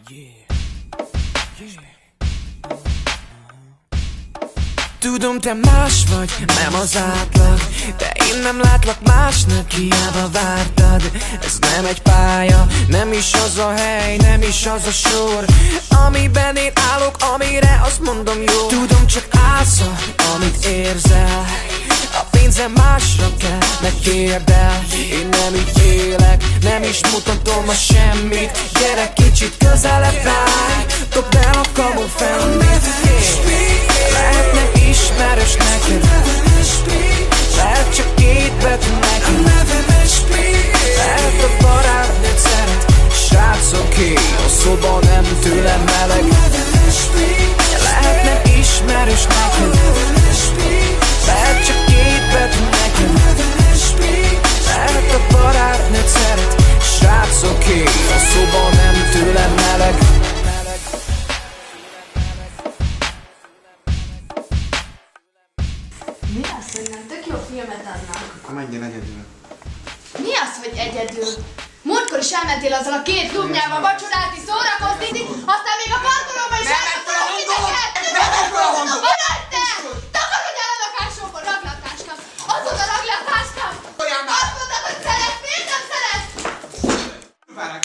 Tudom, te más vagy, nem az átlag, de én nem látlak másnak, hiába vártad. Ez nem egy pálya, nem is az a hely, nem is az a sor, amiben én állok, amire azt mondom jó. Tudom, csak állsz, amit érzel, a pénzem másra kell, ne kérd el. Én nem így élek, nem is mutatom a semmit. Gyere kicsit közelebb állj, dobd el a kamufendit. Lehetne ismerős neked, lehet csak két betű neked, lehet a barátnőt szeret. Srác, oké, a szoba nem tőlem meleg. Lehetne ismerős neked, lehet csak két betű neked, lehet a barátnőt szeret. Srác, oké, a szoba nem tőlem meleg. Mi az, hogy nem tök jó filmet adnak? Akkor menjen egyedül. Mi az, hogy egyedül? Múltkor is elmentél azzal a két lubnyával vacsorálni, szórakozni, aztán még a parkolóba is elmentél titeket! Maradj te! Takarodjál a lakásomból, raglatáskám! Az volt a raglatáskám! Azt mondtad, hogy szeretsz, miért nem szeretsz? Várj!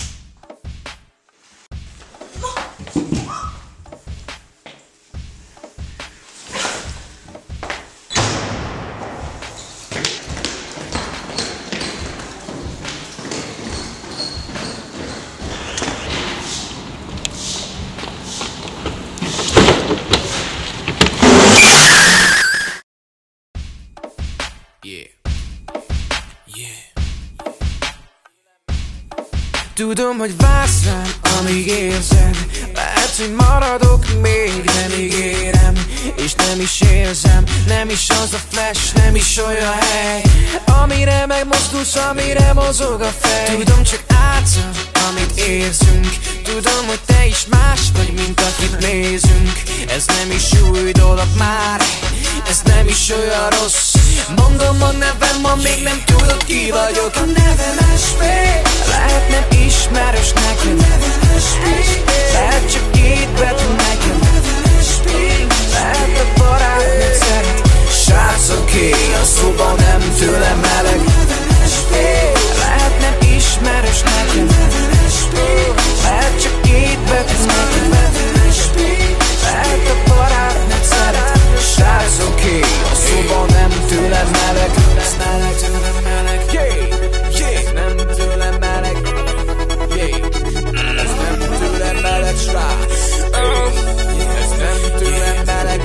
Tudom, hogy vársz rám, amíg érzed. Lehet, hogy maradok még, nem ígérem. És nem is érzem, nem is az a flash, nem is olyan hely, amire megmozdulsz, amire mozog a fej. Tudom, csak átszad, amit érzünk. Tudom, hogy te is más vagy, mint akit nézünk. Ez nem is új dolog már, ez nem is olyan rossz. Mondom a nevem, ma még nem tudod ki vagyok. A nevem SP. Lehet nem ismerős neked, lehet csak két betű neked, lehet a barátnőt szeret. Srác, oké, a szoba nem tőlem meleg. Lehet nem ismerős neked, lehet csak két betű neked, lehet a barátnőt szeret. Srác, oké, a szoba nem tőlem meleg. Meleg, tőlem meleg, yeah, nem tőlem meleg, yeah. Ez nem tőlem meleg, srác. Ez nem tőlem meleg,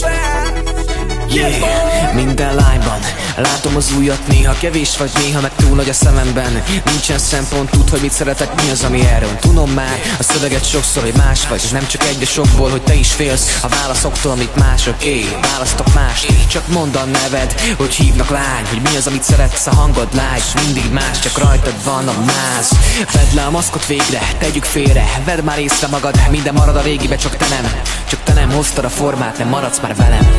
yeah. Minden lányban látom az újat, néha kevés vagy, néha meg túl nagy a szememben. Nincsen szempont, tudd, hogy mit szeretek, mi az, ami elront. Tudom már a szöveget sokszor, hogy más vagy, és nem csak egy a sokból, hogy te is félsz a válaszoktól, amit mások. Választok mást, csak mondd a neved, hogy hívnak lány, hogy mi az, amit szeretsz, a hangod lágy, mindig más, csak rajtad van a máz. Vedd le a maszkot végre, tegyük félre, vedd már észre magad, minden marad a régibe, csak te nem hoztad a formát, nem maradsz már velem.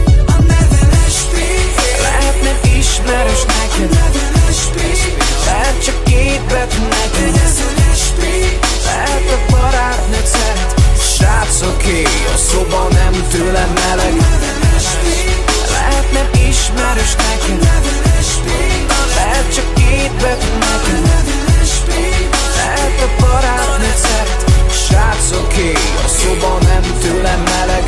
Lehet nem ismerős neked, lehet csak két betű neked, lehet a barátnőt szeret. Srác, oké, a szoba nem tőlem meleg. Lehet nem ismerős neked, lehet csak két betű neked, lehet a barátnőt szeret. Srác, oké, a szoba nem tőlem meleg.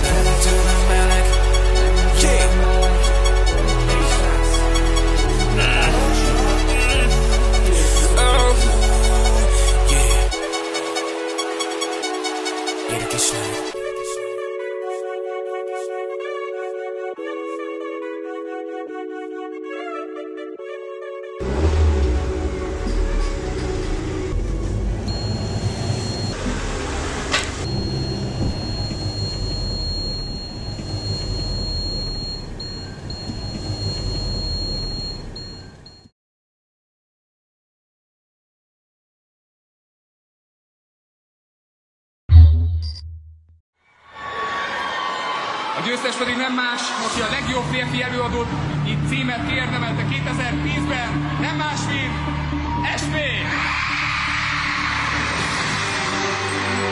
A győztes pedig nem más, aki a legjobb férfi előadót itt címet kiérdemelte 2010-ben, nem más, mint SP!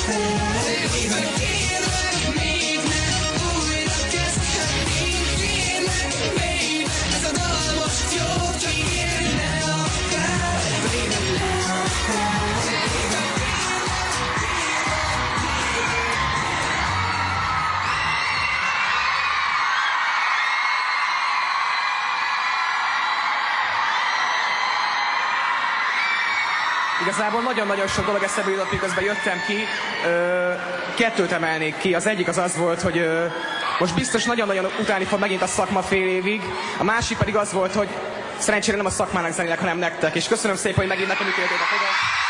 Igazából nagyon-nagyon sok dolog eszembe jutott, miközben jöttem ki. Kettőt emelnék ki. Az egyik az volt, hogy most biztos nagyon-nagyon utálni fog megint a szakma fél évig. A másik pedig az volt, hogy szerencsére nem a szakmának zenélek, hanem nektek. És köszönöm szépen, hogy megint nekem ítéltétek oda.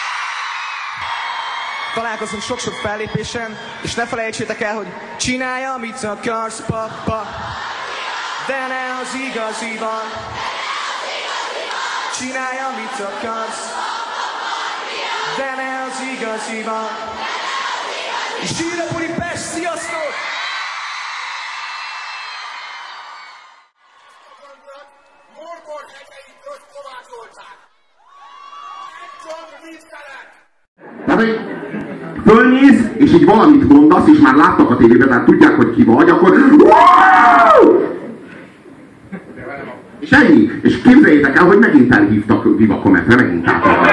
Találkozunk sok-sok fellépésen, és ne felejtsétek el, hogy csinálja, amit akarsz, papa, de ne az igazi van. Csinálja, amit akarsz, de ne az igazi van. Zsír a Budapest, sziasztok! Tehát, hogy fölnéz, és így valamit mondasz, és már láttak a tévében, tehát tudják, hogy ki vagy, akkor... És ennyi. És képzeljétek el, hogy megint elhívtak Viva Cometre, megint átadnak.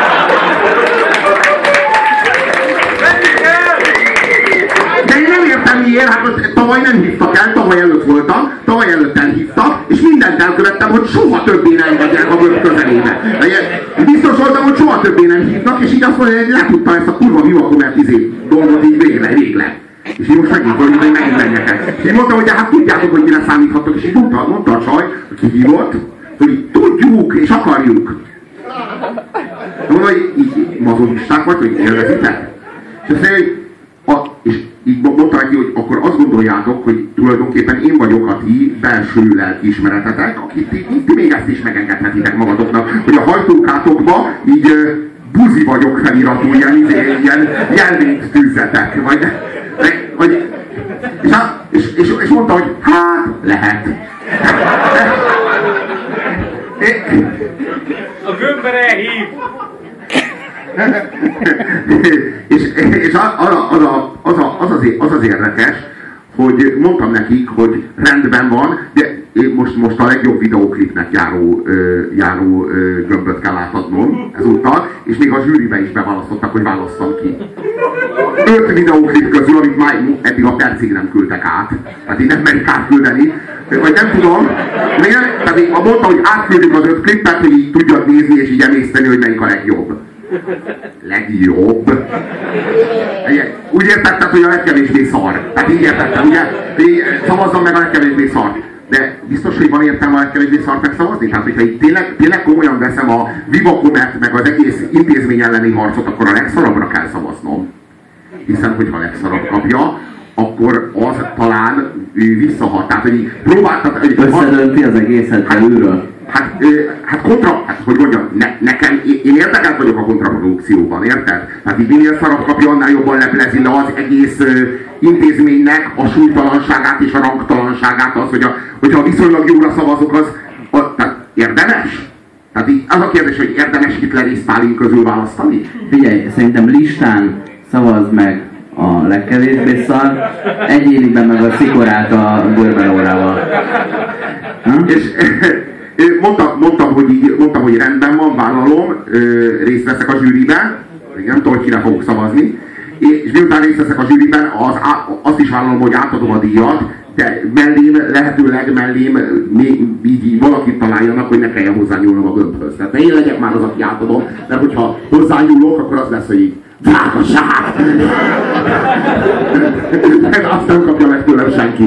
De én nem értem miért, hát most tavaly nem hívtak el, tavaly előtt voltam, tavaly előtt elhívtak, és mindent elkövettem, hogy soha többé nem megyek a Vörp közelébe. Biztos voltam, hogy soha többé nem hívnak, és így azt mondja, hogy letudtam ezt a kurva Viva Comert dolgot így végleg. És én most megint vagyok, hogy megint menjek el. És én mondtam, hogy hát tudjátok, hogy mire számíthatok, és így mondta a csaj, aki hívott, hogy tudjuk, és akarjuk. Mondom, hogy így mazochisták vagy, hogy élvezitek. És azt mondja, és így mondta neki, hogy akkor azt gondoljátok, hogy tulajdonképpen én vagyok a ti belső lelkiismeretetek, akit ti még ezt is megengedhetitek magatoknak, hogy a hajtókátokba így buzi vagyok feliratú, ilyen jelvényt tűzzetek. És mondta, hogy hát lehet. A gömbben elhív! és az az érdekes, hogy mondtam nekik, hogy rendben van, de most a legjobb videóklipnek járó gömböt kell átadnom ezúttal, és még a zsűribe is beválasztottak, hogy válasszam ki. 5 videóklip közül, amit már eddig a percig nem küldtek át. Tehát én nem merik átküldeni, vagy nem tudom. Tehát én mondta, hogy átküldik az 5 klippet, hogy így tudjad nézni és így emészteni, hogy melyik a legjobb. Legjobb? Úgy értetted, hogy a legkevésbé szar. Tehát így értettem, ugye? Szavazzam meg a legkevésbé szar. De biztos, hogy van értelme a legkevésbé szart megszavazni? Tehát, hogyha így tényleg komolyan veszem a Viva Comert meg az egész intézmény elleni harcot, akkor a legszarabbra kell szavaznom. Hiszen, hogyha a legszarabb kapja, akkor az talán visszahat. Tehát, hogy így próbáltat... Összedönti az egészet belülről. Hogy mondjam, nekem, én érdekelt vagyok a kontraprodukcióban, érted? Tehát így minél szarabb kapja, annál jobban leplezi le az egész intézménynek a súlytalanságát és a rangtalanságát, az, hogyha viszonylag jóra szavazok, tehát érdemes? Tehát így az a kérdés, hogy érdemes Hitler és Sztálin közül választani? Figyelj, szerintem listán szavazd meg a legkevésbé szar, egyéniben meg a szikorát a Görbelórával. És mondtam, hogy rendben van, vállalom, részt veszek a zsűriben, nem tudom, hogy kire fogok szavazni, és miután részt veszek a zsűriben, azt is vállalom, hogy átadom a díjat, de lehetőleg mellém így valakit találjanak, hogy ne kelljen hozzányúlnom a gömbhöz. Tehát ne én legyek már az, aki átadom, mert hogyha hozzányúlok, akkor az lesz, hogy így drágaság! Azt nem kapja meg tőlem senki.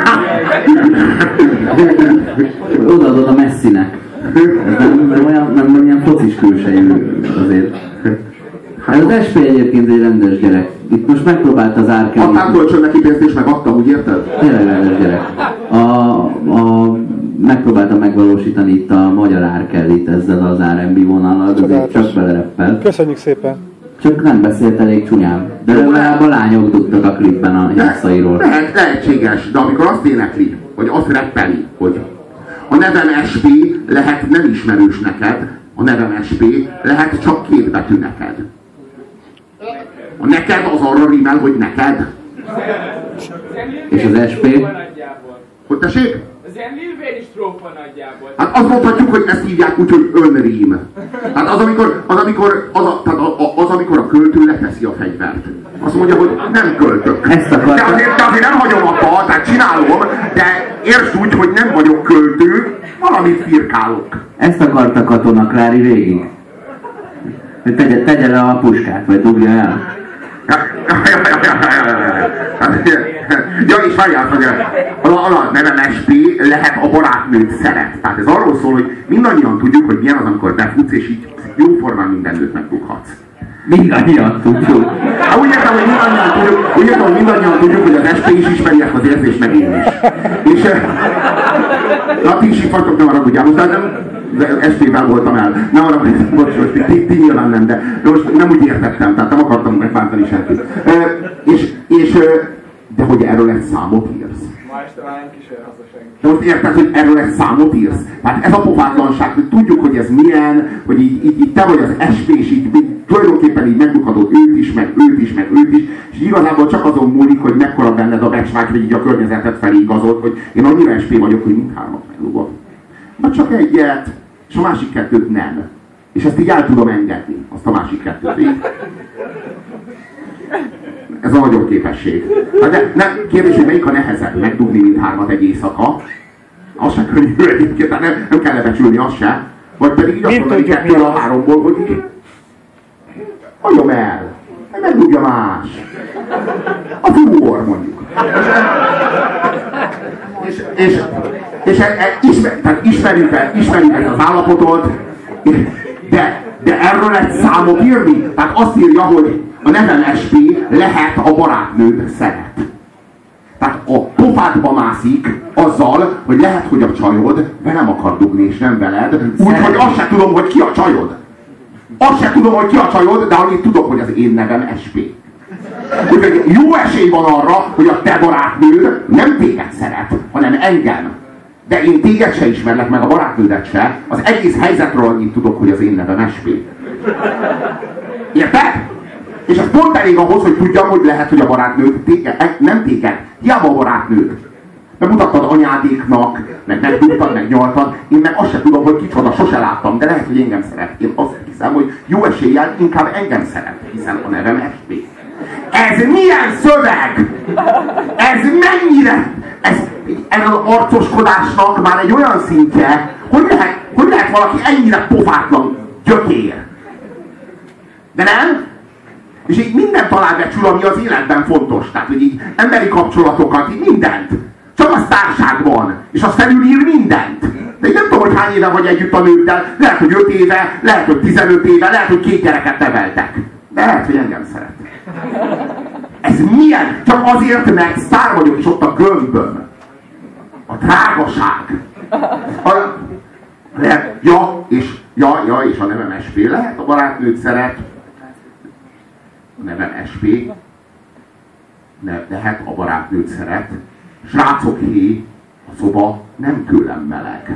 Odaadod a Messinek. Nem olyan focis külsejű azért. Hát az SP egyébként egy rendes gyerek. Itt most megpróbált az árkelni. Adtál kölcsön neki pénzt és megadtam, úgy érted? Tényleg rendes gyerek. Megpróbáltam megvalósítani itt a magyar árkellit ezzel az R&B vonallal, de csak belereppel. Köszönjük szépen! Csak nem beszélt elég csúnyán. De legalább a lányok dugtak a klipben a jászairól. Lehetséges, de amikor azt énekli, vagy azt reppeli, hogy a nevem SP lehet nem ismerős neked, a nevem SP lehet csak 2 betű neked. A neked az arra rímel, hogy neked. És az SP? Hogy tessék? Az ilyen lilvéri strófa nagyjából. Hát azt mondhatjuk, hogy ezt hívják úgy, hogy önrím. Hát az, amikor a költő leteszi a fegyvert. Azt mondja, hogy nem költök. De azért nem hagyom abba, tehát csinálom, de értsd úgy, hogy nem vagyok költő, valamit firkálok. Ezt akarta Katona Klári végig. Hogy tegye le a puskát, vagy dugja el. Ja, és várjál, hogy a nevem SP lehet a barátnőt szeret. Tehát ez arról szól, hogy mindannyian tudjuk, hogy milyen az, amikor befutsz, és így jóformán minden nőt megdughatsz. Mindannyian tudjuk. Úgy értem, hogy mindannyian tudjuk, hogy az SP is ismeri ezt az érzést, meg én is. És ti is így vagytok, nem haragudjál, most nem SP-vel voltam el. Ne arra, bocs, ti nyilván nem, de most nem úgy értettem, tehát nem akartam megbántani senkit. De hogy erről egy számot írsz? Ma este már nem kísér haza senki. De most érted, hogy erről egy számot írsz? Tehát ez a pofátlanság, hogy tudjuk, hogy ez milyen, hogy így te vagy az SP, és így tulajdonképpen így megdughatod őt is, meg őt is, meg őt is, és igazából csak azon múlik, hogy mekkora benned a becsvágy, hogy így a környezetet felé igazolt, hogy én annyira SP vagyok, hogy mindhármat megdugom. Vagy csak egyet, és a másik kettőt nem. És ezt így el tudom engedni, azt a másik kettőt így. Ez a nagyobb képesség. De nem, kérdés, hogy melyik a nehezebb megdugni mindhármat egy éjszaka. Az se könnyű egyébként, tehát nem kell lebecsülni, az se. Vagy pedig így azt mondani kettőre a háromból, hogy így hagyom el, megdugja más. A fúor mondjuk. Tehát ismerjük ezt az állapotot, de erről egy számot írni. Tehát azt írja, hogy a nevem SP lehet a barátnőd szeret. Tehát a pofádba mászik azzal, hogy lehet, hogy a csajod velem akar dugni, és nem veled. Úgyhogy azt se tudom, hogy ki a csajod. Azt se tudom, hogy ki a csajod, de annyit tudok, hogy az én nevem SP. Úgyhogy jó esély van arra, hogy a te barátnőd nem téged szeret, hanem engem. De én téged se ismerlek, meg a barátnődet se. Az egész helyzetről annyit tudok, hogy az én nevem SP. Érted? És ez pont elég ahhoz, hogy tudjam, hogy lehet, hogy a barátnőd téged, nem téged, hiába a barátnőd. Bemutattad anyádéknak, meg megdugtad, meg nyaltad, én meg azt se tudom, hogy kicsoda, sose láttam, de lehet, hogy engem szeret. Én azt hiszem, hogy jó eséllyel inkább engem szeret, hiszen a nevem SP. Ez milyen szöveg? Ez mennyire? Ez az arcoskodásnak már egy olyan szintje, hogy lehet valaki ennyire pofátlan gyökér? De nem? És így mindent alábecsül, ami az életben fontos. Tehát, hogy így emberi kapcsolatokat, így mindent. Csak a sztárságban. És az felülír mindent. De én nem tudom, hogy hány éve vagy együtt a nőddel. Lehet, hogy 5 éve, lehet, hogy 15 éve, lehet, hogy 2 gyereket neveltek. De lehet, hogy engem szeret. Ez milyen? Csak azért, mert sztár vagyok, és ott a gömböm. A drágaság. És a nevem SP lehet, a barátnőt szeret. A nevem SP. Lehet, a barátnőt szeret. Srácok, hé, a szoba nem tőlem meleg.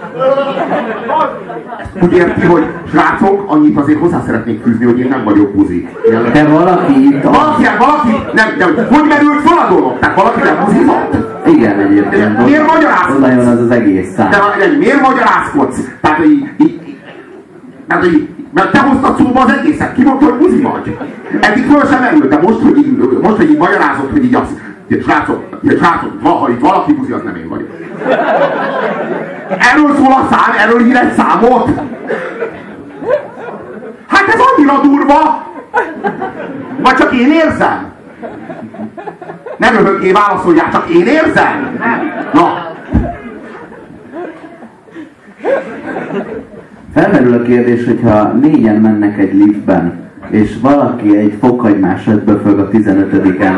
Ezt úgy érti, hogy srácok, annyit azért hozzá szeretnék fűzni, hogy én nem vagyok buzi. De valaki nem, de hogy merült fel a dolog? Tehát valaki nem buzizott? Igen, egyébként. Miért magyarázkodsz? Oda jön az egész szám. De miért magyarázkodsz? Tehát, hogy mert te hoztad szóba az egészet, ki mondta, hogy buzi vagy? Eddig föl sem merült, de most, hogy így magyarázod, hogy így azt, srácok, ha itt valaki buzi, az nem én vagyok. Erről szól a szám, erről ír egy számot? Hát ez annyira durva! Vagy csak én érzem? Ne röhögjél, válaszoljál, csak én érzem? Na. Felmerül a kérdés, hogyha 4-en mennek egy liftben, és valaki egy fokhagymás befög a 15-en,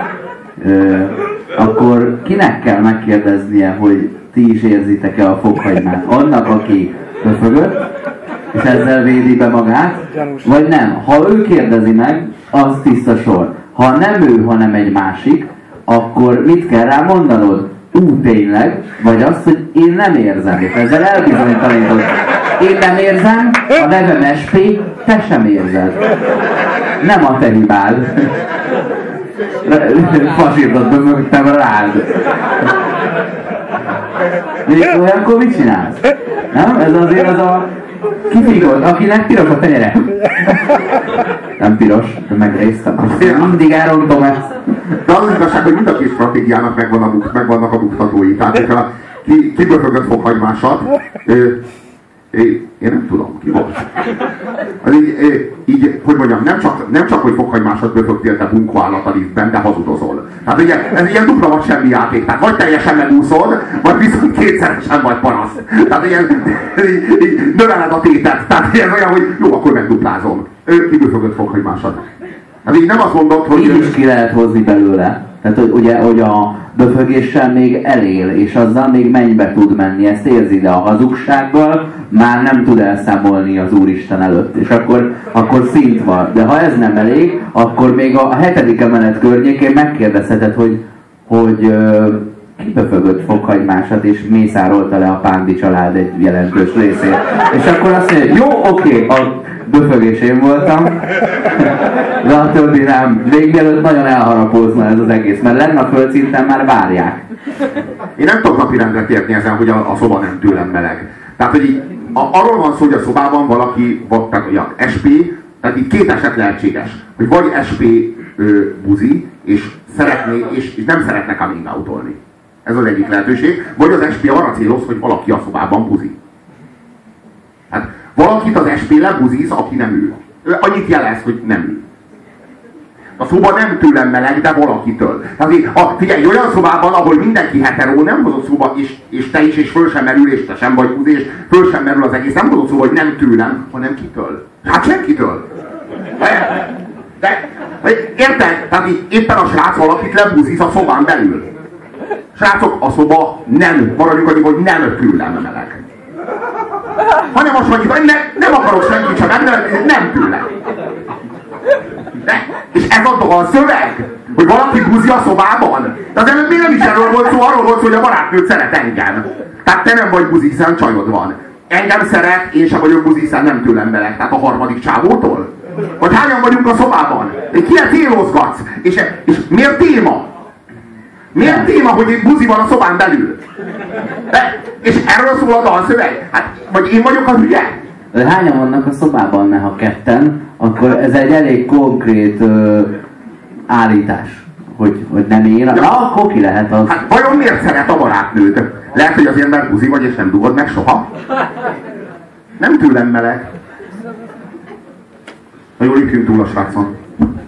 akkor kinek kell megkérdeznie, hogy ti is érzitek-e a fokhagymát? Annak, aki befögött, és ezzel védi be magát, vagy nem? Ha ő kérdezi meg, az tiszta sor. Ha nem ő, hanem egy másik, akkor mit kell rá mondanod? Tényleg? Vagy azt, hogy én nem érzem, és ezzel elbizonytalanítod. Én nem érzem, a nevem SP, te sem érzed. Nem a te hibád. Fasírtad mögöttem rád. Olyankor mit csinálsz? Nem? Ez azért az a kifigolt, akinek piros a tenyere. Nem piros, de megréztem. Mindig elrontom ezt. De az igazság, hogy mind a két stratégiának megvannak a buktatói. Tehát, hogyha kiböfögött fokhagymásat, én nem tudom, ki volt. Így, hogy mondjam, nem csak hogy fokhagymásat böfögtél te bunkó állat a liftben, de hazudozol. Tehát ugye, ez ilyen dupla vagy semmi játék. Tehát vagy teljesen megúszod, vagy viszont kétszeresen vagy panasz. Tehát ilyen, így növeled a tétet. Tehát ilyen olyan, hogy jó, akkor megduplázom. Kiböfögött fokhagymásat. Hát így nem azt mondod, hogy... Így is ki lehet hozni belőle. Tehát ugye, hogy a böfögéssel még elél, és azzal még mennybe tud menni, ezt érzi, de a hazugsággal már nem tud elszámolni az Úristen előtt, és akkor szint van. De ha ez nem elég, akkor még a 7. emelet környékén megkérdezheted, hogy kiböfögött fokhagymásat, és mészárolta le a Pándi család egy jelentős részét. És akkor azt mondja, jó, oké, a böfögés én voltam, de a többi nem. Még mielőtt nagyon elharapózna ez az egész, mert lenne a földszinten már várják. Én nem tudok napirendre térni ezen, hogy a szoba nem tőlem meleg. Tehát, hogy így, arról van szó, hogy a szobában valaki, tehát olyan SP, tehát itt két eset lehetséges, hogy vagy SP buzi, és szeretné, és nem szeretne coming out-olni. Ez az egyik lehetőség. Vagy az SP arra céloz, hogy valaki a szobában buzi. Hát valakit az SP lebuziz, aki nem ő. Annyit jelez, hogy nem ő. A szoba nem tőlem meleg, de valakitől. Tehát figyelj, olyan szobában, ahol mindenki heteró, nem hozott szóba, és te is, és föl sem merül, és te sem vagy buzi, és föl sem merül az egész, nem hozott szóba, hogy nem tőlem, hanem kitől. Hát senkitől. De érted? Tehát éppen a srác valakit lebuziz a szobán belül. Srácok, a szoba nem, maradjunk annyi, hogy nem tőlem meleg. Hanem most mondjuk, hogy nem akarok senkit sem megnevezni, nem tőlem. És ez a szöveg, hogy valaki buzi a szobában. De az előbb még nem is erről volt szó, arról volt szó, hogy a barátnőd szeret engem. Tehát te nem vagy buzi, hiszen csajod van. Engem szeret, én sem vagyok buzi, hiszen nem tőlem meleg. Tehát a harmadik csávótól? Vagy hányan vagyunk a szobában? Kire célozgatsz? És miért téma? Miért téma, hogy buzi van a szobán belül? És erről szól a dalszöveg? Hát, vagy én vagyok a hülye? Hányan vannak a szobában, mert ha ketten, akkor ez egy elég konkrét állítás, hogy nem él. Na, akkor ki lehet az? Hát vajon miért szeret a barátnőd? Lehet, hogy azért, mert buzi vagy, és nem dugod meg soha? Nem tőlem meleg. Na jól lépjünk túl a srácon.